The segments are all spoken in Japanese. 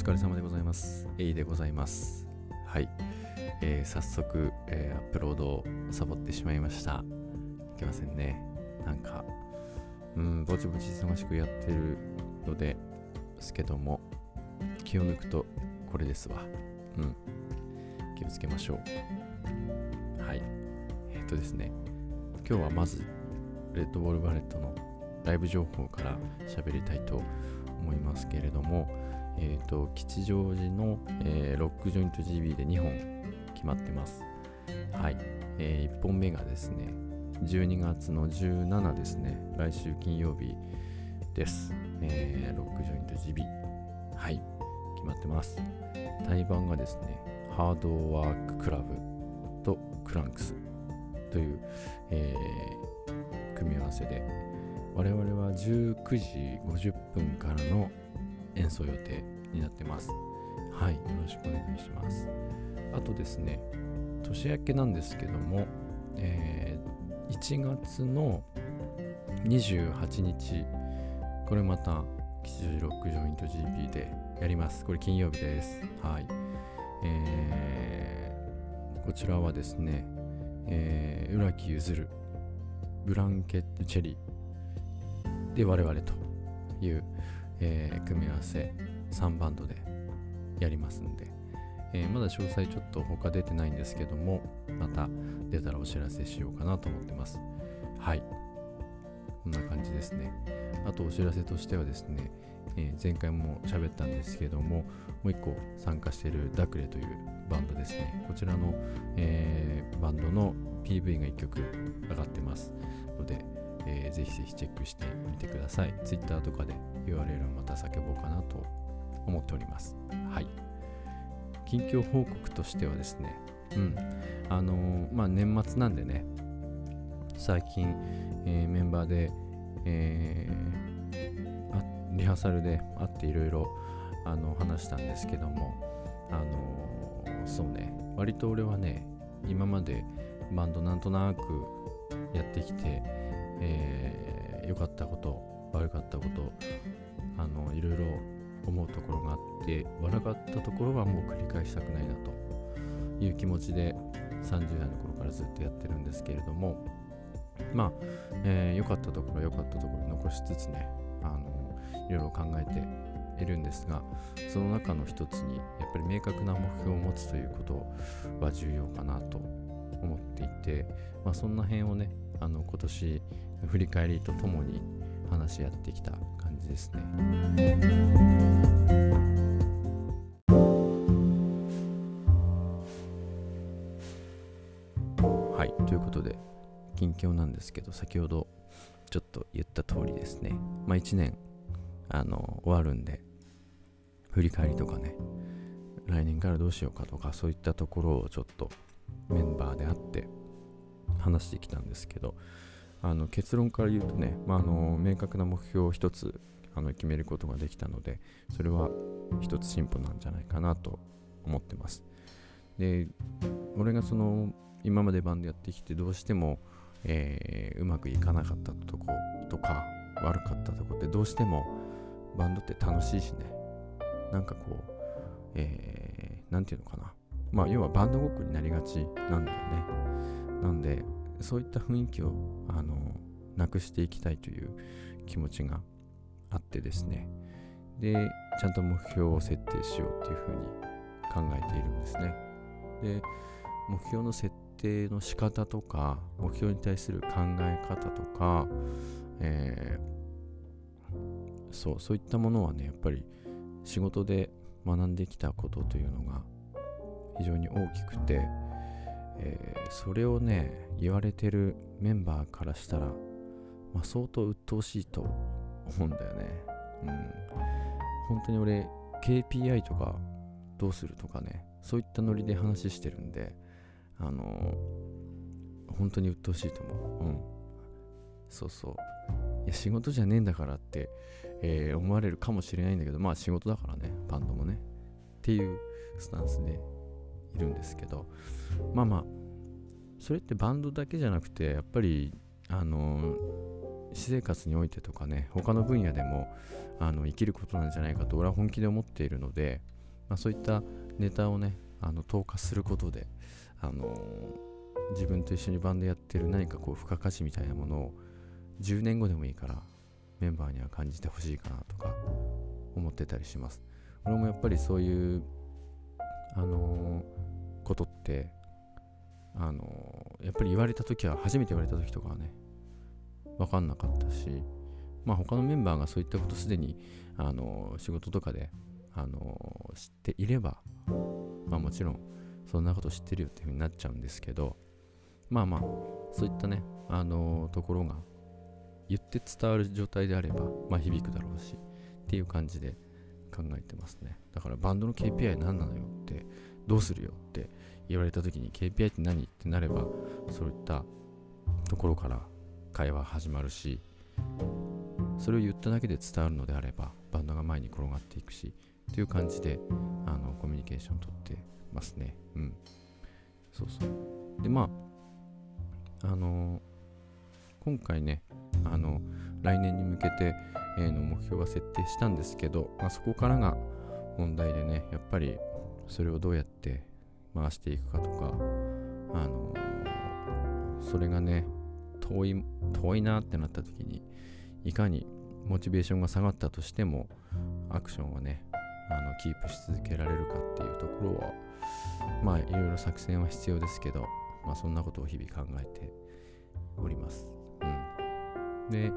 疲れ様でございます。エイでございます。はい。早速、アップロードをサボってしまいました。いけませんね。なんか、ぼちぼち忙しくやってるのですけども、気を抜くとこれですわ。気をつけましょう。はい。ですね、今日はまず、レッドボールバレットのライブ情報から喋りたいと思いますけれども、吉祥寺の、ロックジョイント GB で2本決まってます。はい。1本目がですね、12月の17ですね、来週金曜日です。ロックジョイント GB。はい。決まってます。対バンがですね、ハードワーククラブとクランクスという、組み合わせで、我々は19時50分からの演奏予定になってます。はい、よろしくお願いします。あとですね、年明けなんですけども、1月の28日、これまた吉祥寺ロックジョイント GP でやります。これ金曜日です。はい。こちらはですね、浦木ゆずる、ブランケットチェリーで我々という、組み合わせ3バンドでやりますんで、まだ詳細ちょっと他出てないんですけども、また出たらお知らせしようかなと思ってます。はい、こんな感じですね。あとお知らせとしてはですね、前回も喋ったんですけども、もう一個参加しているダクレというバンドですね。こちらの、バンドの PV が1曲上がってますので、ぜひぜひチェックしてみてください。Twitter とかで URL をまた叫ぼうかなと思っております。はい。近況報告としてはですね、年末なんでね、最近、メンバーで、リハーサルで会っていろいろ話したんですけども、そうね、割と俺はね、今までバンドなんとなくやってきて、良かったこと悪かったこといろいろ思うところがあって、悪かったところはもう繰り返したくないなという気持ちで30代の頃からずっとやってるんですけれども、良かったところ良かったところ残しつつね、いろいろ考えているんですが、その中の一つにやっぱり明確な目標を持つということは重要かなと思っていて、そんな辺をね、今年振り返りとともに話し合ってきた感じですね。はい、ということで近況なんですけど、先ほどちょっと言った通りですね、1年終わるんで、振り返りとかね、来年からどうしようかとか、そういったところをちょっとメンバーで会って話してきたんですけど、結論から言うとね、明確な目標を一つ決めることができたので、それは一つ進歩なんじゃないかなと思ってます。で、俺が今までバンドやってきてどうしても、うまくいかなかったとことか悪かったとこってどうしてもバンドって楽しいしね、なんかこう、なんていうのかな、要はバンドごっこになりがちなんだよね。なんでそういった雰囲気をなくしていきたいという気持ちがあってですね、でちゃんと目標を設定しようっていうふうに考えているんですね。で目標の設定の仕方とか、目標に対する考え方とか、そういったものはね、やっぱり仕事で学んできたことというのが非常に大きくて、それをね言われてるメンバーからしたら、相当鬱陶しいと思うんだよね。本当に俺 KPI とかどうするとかね、そういったノリで話してるんで、本当に鬱陶しいと思う。いや仕事じゃねえんだからって、思われるかもしれないんだけど、仕事だからね、バンドもねっていうスタンスでいるんですけど、それってバンドだけじゃなくて、やっぱり私生活においてとかね、他の分野でも生きることなんじゃないかと俺は本気で思っているので、 そういったネタをね投下することで、自分と一緒にバンドやってる何かこう付加価値みたいなものを10年後でもいいからメンバーには感じてほしいかなとか思ってたりします。俺もやっぱりそういうことってやっぱり言われた時は、初めて言われた時とかはね分かんなかったし、他のメンバーがそういったことすでに仕事とかで知っていれば、もちろんそんなこと知ってるよっていう風になっちゃうんですけど、そういったねところが言って伝わる状態であれば、響くだろうしっていう感じで考えてますね。だからバンドの KPI 何なのよって、どうするよって言われた時に KPI って何ってなれば、そういったところから会話始まるし、それを言っただけで伝わるのであればバンドが前に転がっていくしという感じでコミュニケーションをとってますね。そうそう。で今回ね来年に向けての目標は設定したんですけど、そこからが問題でね、やっぱりそれをどうやって回していくかとか、それがね遠いなってなった時に、いかにモチベーションが下がったとしてもアクションをねキープし続けられるかっていうところは、いろいろ作戦は必要ですけど、そんなことを日々考えております。で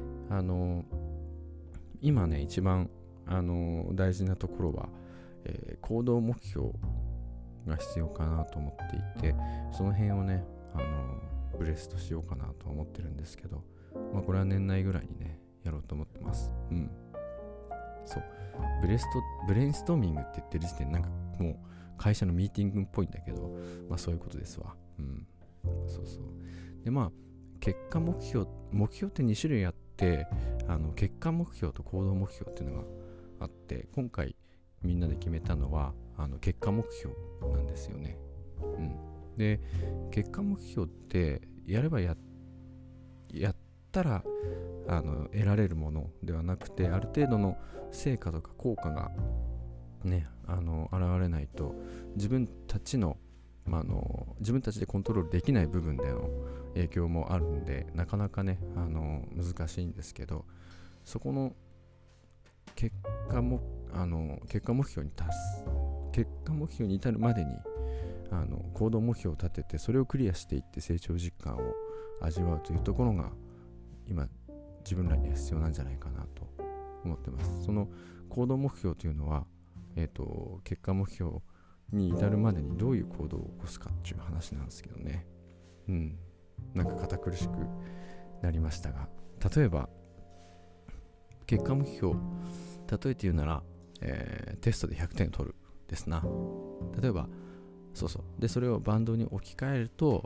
今ね一番大事なところは、行動目標が必要かなと思っていて、その辺をねブレストしようかなと思ってるんですけど、これは年内ぐらいにねやろうと思ってます。そうブレインストーミングって言ってる時点なんかもう会社のミーティングっぽいんだけど、そういうことですわ。そうそう。で結果目標って2種類あって、結果目標と行動目標っていうのがあって、今回みんなで決めたのは結果目標なんですよね。で結果目標ってやればやったら得られるものではなくて、ある程度の成果とか効果がね現れないと自分たちでコントロールできない部分での影響もあるんで、なかなかね難しいんですけど、そこの結果目標に至るまでに行動目標を立てて、それをクリアしていって成長実感を味わうというところが今自分らには必要なんじゃないかなと思ってます。その行動目標というのは、結果目標に至るまでにどういう行動を起こすかっていう話なんですけどね。なんか堅苦しくなりましたが、例えば結果目標、例えて言うなら、テストで100点取るですな。例えばでそれをバンドに置き換えると、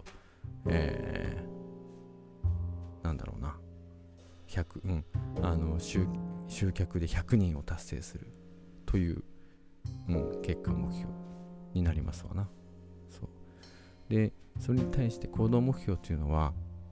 なんだろうな、集客で100人を達成するという、結果目標になりますわな。でそれに対して行動目標というのは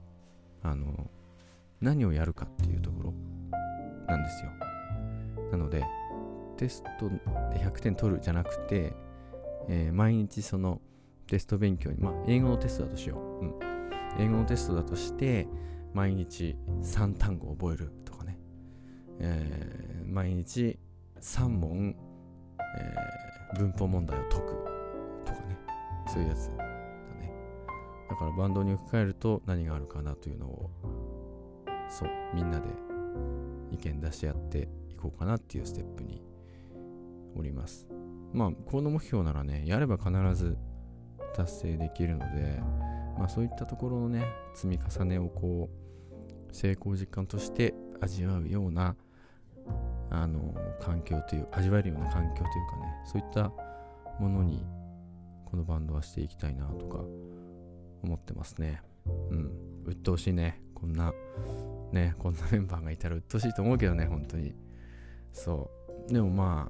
何をやるかっていうところなんですよ。なのでテストで100点取るじゃなくて、毎日そのテスト勉強に、英語のテストだとしよう。英語のテストだとして毎日3単語覚えるとかね、毎日3問、文法問題を解くとかね、そういうやつだね。だからバンドに置き換えると何があるかなというのをみんなで意見出し合っていこうかなっていうステップにおります。行動目標ならねやれば必ず達成できるので、そういったところのね積み重ねを成功実感として味わうような環境という味わえるような環境というかね、そういったものにこのバンドはしていきたいなとか思ってますね。鬱陶しいね、こんなメンバーがいたら鬱陶しいと思うけどね、本当に。でも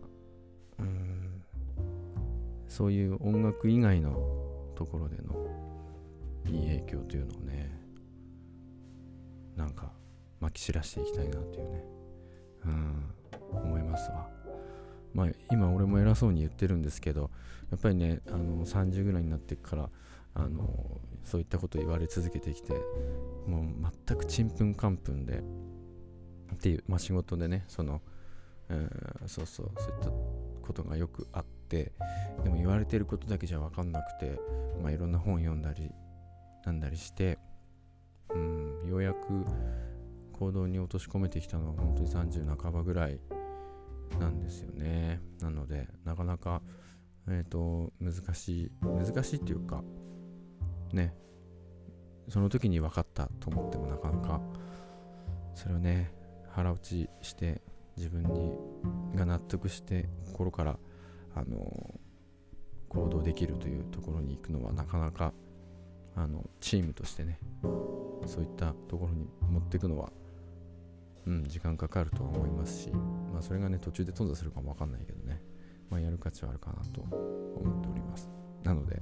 そういう音楽以外のところでのいい影響というのをねなんかまき散らしていきたいなというね思いますわ。 まあ今俺も偉そうに言ってるんですけど、やっぱりね30ぐらいになってからそういったこと言われ続けてきて、もう全くちんぷんかんぷんでっていう、仕事でねそういったことがよくあって、でも言われてることだけじゃ分かんなくて、いろんな本読んだりなんだりして、ようやく行動に落とし込めてきたのは本当に30半ばぐらいなんですよね。なのでなかなか難しいっていうかね、その時に分かったと思ってもなかなかそれをね腹落ちして自分が納得して心から行動できるというところに行くのはなかなかチームとしてねそういったところに持っていくのは時間かかるとは思いますし、それがね途中で頓挫するかも分かんないけどね、やる価値はあるかなと思っております。なので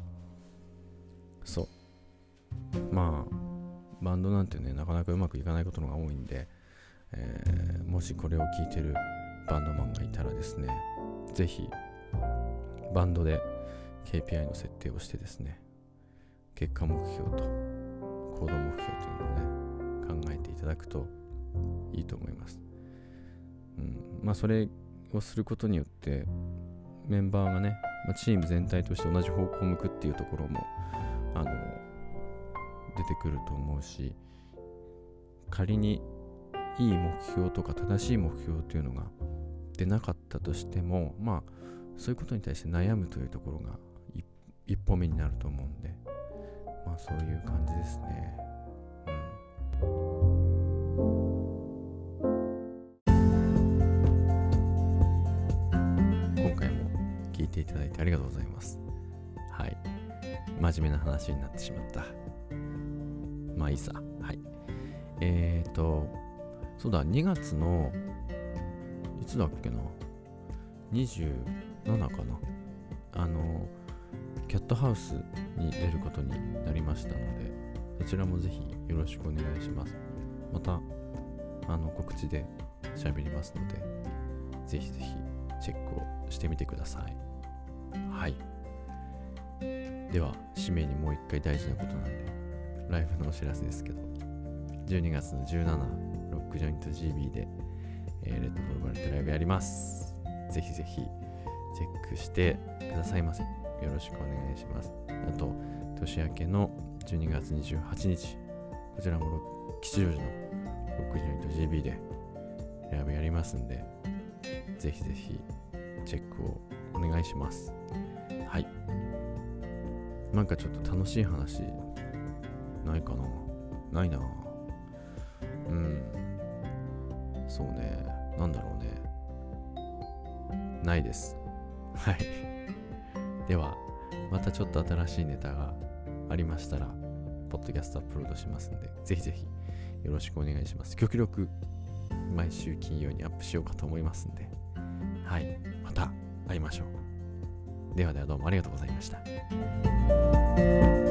バンドなんてねなかなかうまくいかないことのが多いんで、もしこれを聞いてるバンドマンがいたらですね、ぜひバンドで KPI の設定をしてですね、結果目標と行動目標というのをね考えていただくといいと思います。それをすることによってメンバーがね、チーム全体として同じ方向を向くっていうところも出てくると思うし、仮にいい目標とか正しい目標というのが出なかったとしても、そういうことに対して悩むというところが一歩目になると思うんで、そういう感じですね。今回も聞いていただいてありがとうございます。はい、真面目な話になってしまった。いいさ。はい。そうだ、2月のいつだっけな、27かな、キャットハウスに出ることになりましたので、そちらもぜひよろしくお願いします。また告知で喋りますので、ぜひぜひチェックをしてみてください。はい。では締めにもう一回大事なことなんで、ライブのお知らせですけど、12月の17ロックジョイント GB で、レッドボルバレットライブやります。ぜひぜひチェックしてくださいませ。よろしくお願いします。あと年明けの12月28日、こちらも吉祥寺のロックジョイント GB でライブやりますんで、ぜひぜひチェックをお願いします。はい。なんかちょっと楽しい話ないかな？ないな。そうね。なんだろうね。ないです。はい。では、またちょっと新しいネタがありましたら、ポッドキャストアップロードしますので、ぜひぜひよろしくお願いします。極力、毎週金曜にアップしようかと思いますんで、はい。また会いましょう。ではではどうもありがとうございました。